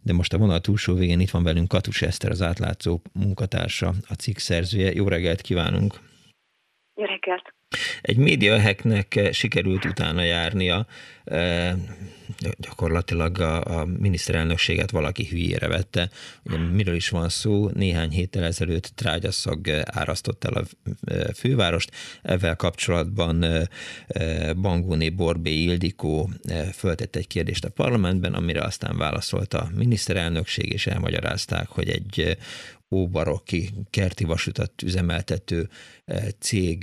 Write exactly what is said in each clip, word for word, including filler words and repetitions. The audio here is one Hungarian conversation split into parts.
de most a vonal túlsó végén itt van velünk Katus Eszter, az Átlátszó munkatársa, a cikk szerzője. Jó reggelt kívánunk! Jó reggelt! Egy médiahacknek sikerült utána járnia, gyakorlatilag a, a miniszterelnökséget valaki hülyére vette. Ugye miről is van szó? Néhány héttel ezelőtt trágyaszag árasztott el a fővárost. Ezzel kapcsolatban Bangóné Borbély Ildikó föltette egy kérdést a parlamentben, amire aztán válaszolt a miniszterelnökség, és elmagyarázták, hogy egy óbarokki kerti vasutat üzemeltető cég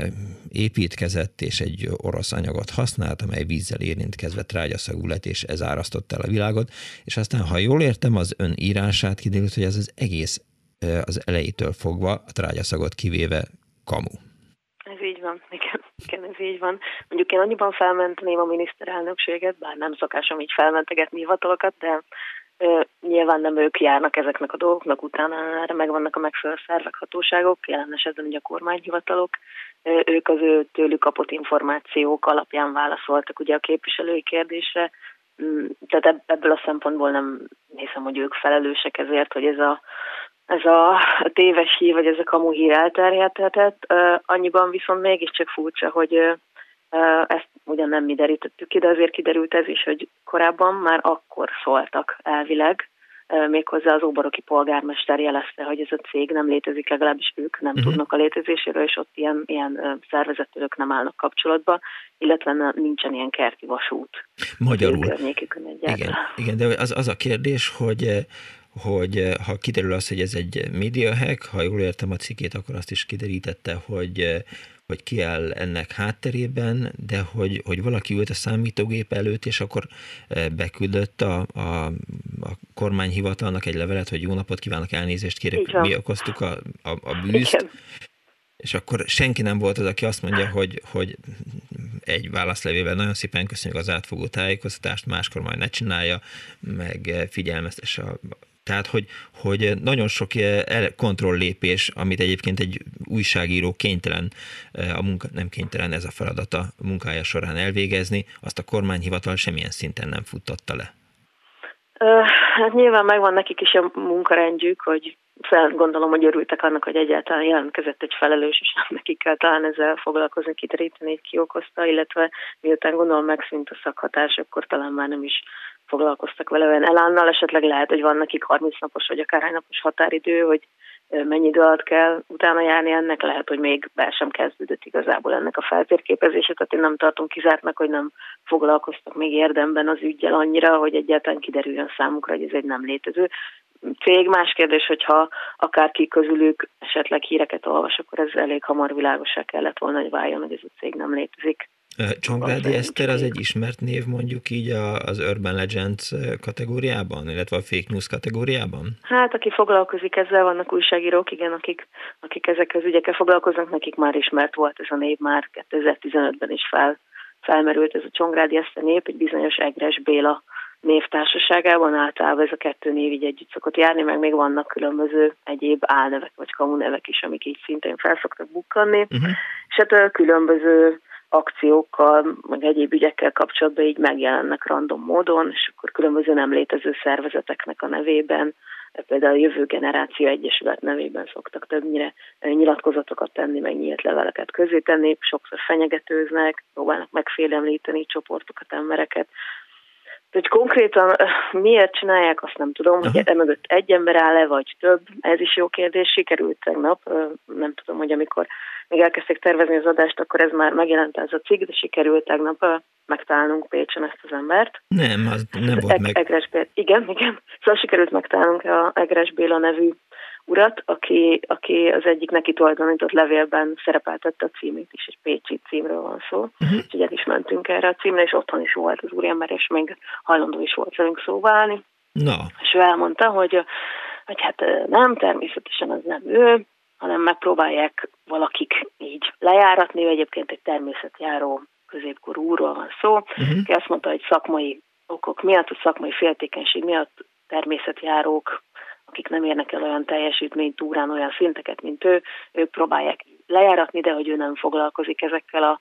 építkezett, és egy orosz anyagot használt, amely vízzel érintkezve trágyaszagú lett, és ez árasztott el a világot. És aztán, ha jól értem, az ön írását, kiderült, hogy ez az egész az elejétől fogva, a trágyaszagot kivéve kamu. Ez így van, igen, igen, ez így van. Mondjuk én annyiban felmenteném a miniszterelnökséget, bár nem szokásom így felmentegetni hivatalokat, de Ö, nyilván nem ők járnak ezeknek a dolgoknak, utána erre megvannak a megfelelő szervek, hatóságok, jelen esetben ugye a kormányhivatalok, ö, ők az ő tőlük kapott információk alapján válaszoltak ugye a képviselői kérdésre, tehát ebből a szempontból nem hiszem, hogy ők felelősek ezért, hogy ez a, ez a téves hír, vagy ez a kamu hír elterjedhetett. Ö, annyiban viszont mégiscsak furcsa, hogy ö, ezt ugyan nem mi derítettük ki, de azért kiderült ez is, hogy korábban már akkor szóltak elvileg, méghozzá az óbaroki polgármester jelezte, hogy ez a cég nem létezik, legalábbis ők nem uh-huh. tudnak a létezéséről, és ott ilyen, ilyen szervezetők nem állnak kapcsolatba, illetve nincsen ilyen kerti vasút. Magyarul. Igen, igen, de az, az a kérdés, hogy hogy ha kiderül az, hogy ez egy médiahack, ha jól értem a cikkét, akkor azt is kiderítette, hogy hogy ki áll ennek hátterében, de hogy, hogy valaki ült a számítógép előtt, és akkor beküldött a, a, a kormányhivatalnak egy levelet, hogy jó napot kívánok, elnézést kérek, mi okoztuk a, a, a bűzt, igen. És akkor senki nem volt az, aki azt mondja, hogy, hogy egy válaszlevélben nagyon szépen köszönjük az átfogó tájékoztatást, máskor majd ne csinálja, meg figyelmeztesse a Tehát, hogy, hogy nagyon sok kontrolllépés, amit egyébként egy újságíró kénytelen, a munka, nem kénytelen, ez a feladata a munkája során elvégezni, azt a kormányhivatal semmilyen szinten nem futtatta le. Hát nyilván megvan nekik is a munkarendjük, hogy gondolom, hogy örültek annak, hogy egyáltalán jelentkezett egy felelős, és nekik kell talán ezzel foglalkozni, kideríteni, hogy ki okozta, illetve miután gondolom megszűnt a szakhatás, akkor talán már nem is foglalkoztak vele olyan elánnal, esetleg lehet, hogy van nekik harminc napos vagy akár napos határidő, hogy mennyi idő alatt kell utána járni ennek, lehet, hogy még be sem kezdődött igazából ennek a feltérképezése, tehát én nem tartom kizártnak, hogy nem foglalkoztak még érdemben az üggyel annyira, hogy egyáltalán kiderüljön számukra, hogy ez egy nem létező cég. Más kérdés, hogyha akárki közülük esetleg híreket olvas, akkor ez elég hamar világossá kellett volna, hogy váljon, hogy ez a cég nem létezik. Csongrádi Eszter az egy ismert név mondjuk így az Urban Legends kategóriában, illetve a Fake News kategóriában? Hát, aki foglalkozik ezzel, vannak újságírók, igen, akik, akik ezekkel az ügyekkel foglalkoznak, nekik már ismert volt ez a név, már kétezer-tizenötben is fel, felmerült ez a Csongrádi Eszter név, egy bizonyos Egres Béla névtársaságában, általában ez a kettő név így együtt szokott járni, meg még vannak különböző egyéb álnevek vagy kamunevek is, amik így szintén felszoktak bukkanni, uh-huh. és hát különböző akciókkal, meg egyéb ügyekkel kapcsolatban így megjelennek random módon, és akkor különböző nem létező szervezeteknek a nevében, például a Jövő Generáció Egyesület nevében szoktak többnyire nyilatkozatokat tenni, meg nyílt leveleket közzétenni, sokszor fenyegetőznek, próbálnak megfélemlíteni csoportokat, embereket. Hogy konkrétan miért csinálják, azt nem tudom, hogy emögött egy ember áll-e, vagy több, ez is jó kérdés, sikerült tegnap, nem tudom, hogy amikor még elkezdték tervezni az adást, akkor ez már megjelent ez a cikk, de sikerült tegnap megtalálnunk Pécsen ezt az embert. Nem, az nem volt e- meg. Egres Béla, igen, igen. Szóval sikerült megtalálnunk a Egres Béla nevű urat, aki, aki az egyik neki tulajdonított levélben szerepeltette a címét is, egy pécsi címről van szó. Uh-huh. Úgyhogy el is mentünk erre a címre, és otthon is volt az úriember, és még hajlandó is volt velünk szóba állni. No. És ő elmondta, hogy, hogy hát nem, természetesen az nem ő, hanem megpróbálják valakik így lejáratni, ő egyébként egy természetjáró középkorú úrról van szó, uh-huh. aki azt mondta, hogy szakmai okok miatt, a szakmai féltékenység miatt természetjárók, akik nem érnek el olyan teljesítményt, túrán olyan szinteket, mint ő, ők próbálják lejáratni, de hogy ő nem foglalkozik ezekkel a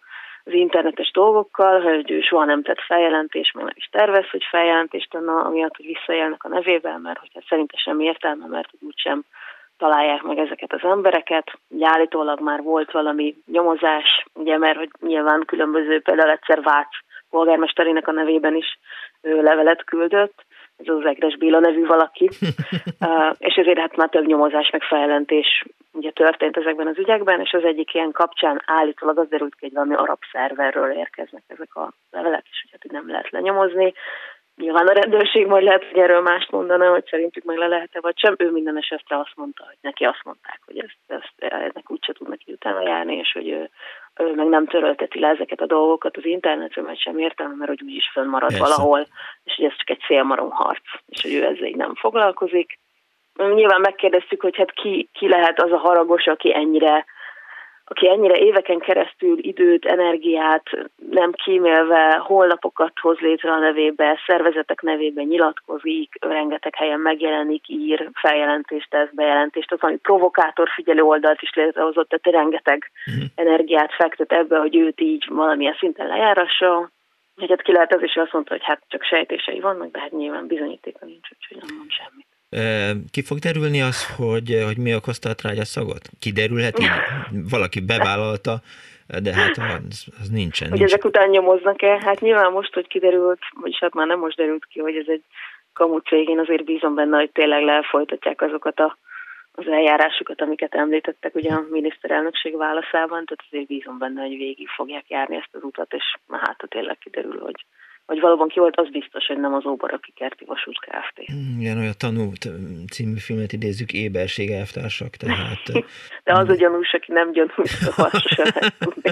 az internetes dolgokkal, hogy ő soha nem tett feljelentést, meg nem is tervez, hogy feljelentést tenne, amiatt, hogy visszaélnek a nevével, mert hogy hát szerintem semmi értelme, mert úgysem találják meg ezeket az embereket. Ugye állítólag már volt valami nyomozás, ugye, mert hogy nyilván különböző, például egyszer Vác polgármesterének a nevében is ő levelet küldött, ez az Egres Béla nevű valaki, uh, és ezért hát már több nyomozás meg feljelentés ugye történt ezekben az ügyekben, és az egyik ilyen kapcsán állítólag az derült ki, hogy valami arab szerverről érkeznek ezek a levelek, és hogy hát nem lehet lenyomozni. Nyilván a rendőrség majd lehet, hogy erről mást mondana, hogy szerintük meg le lehet-e, vagy sem. Ő minden esetre azt mondta, hogy neki azt mondták, hogy ezt, ezt, ennek úgyse tud neki utána járni, és hogy ő, ő meg nem törölteti le ezeket a dolgokat az internetről, mert sem értelme, mert hogy úgyis fönnmarad Persze. valahol, és hogy ez csak egy szélmalomharc, és hogy ő ezzel így nem foglalkozik. Nyilván megkérdeztük, hogy hát ki, ki lehet az a haragos, aki ennyire aki ennyire éveken keresztül időt, energiát nem kímélve, holnapokat hoz létre a nevébe, szervezetek nevében nyilatkozik, rengeteg helyen megjelenik, ír, feljelentést tesz, bejelentést, az, ami provokátor figyelő oldalt is létrehozott, tehát rengeteg uh-huh. energiát fektet ebbe, hogy őt így valamilyen szinten lejárassa. Hogy hát ki lehet ez is, azt mondta, hogy hát csak sejtései vannak, de hát nyilván bizonyítéka nincs, úgyhogy nem mond semmit. Ki fog derülni az, hogy, hogy mi okozta a trágyaszagot? Kiderülhet így? Valaki bevállalta, de hát az, az nincsen. Hogy nincs. ezek után nyomoznak-e? Hát nyilván most, hogy kiderült, vagyis hát már nem most derült ki, hogy ez egy kamu cég, én azért bízom benne, hogy tényleg lefolytatják azokat a, az eljárásokat, amiket említettek ugye a miniszterelnökség válaszában, tehát azért bízom benne, hogy végig fogják járni ezt az utat, és hát tényleg kiderül, hogy hogy valóban ki volt, az biztos, hogy nem az Óbaraki Kerti Vasút Kft. Igen, olyan Tanú című filmet idézzük, éberség elvtársak, tehát... De az a gyanús, aki nem gyanús, szóval sosem lehet tudni.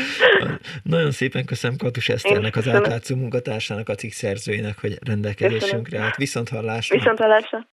Nagyon szépen köszönöm Katus Eszternek, az átlátszó munkatársának, a cikk szerzőjének, hogy rendelkezésünkre állt. Viszonthallásra! Viszonthallásra!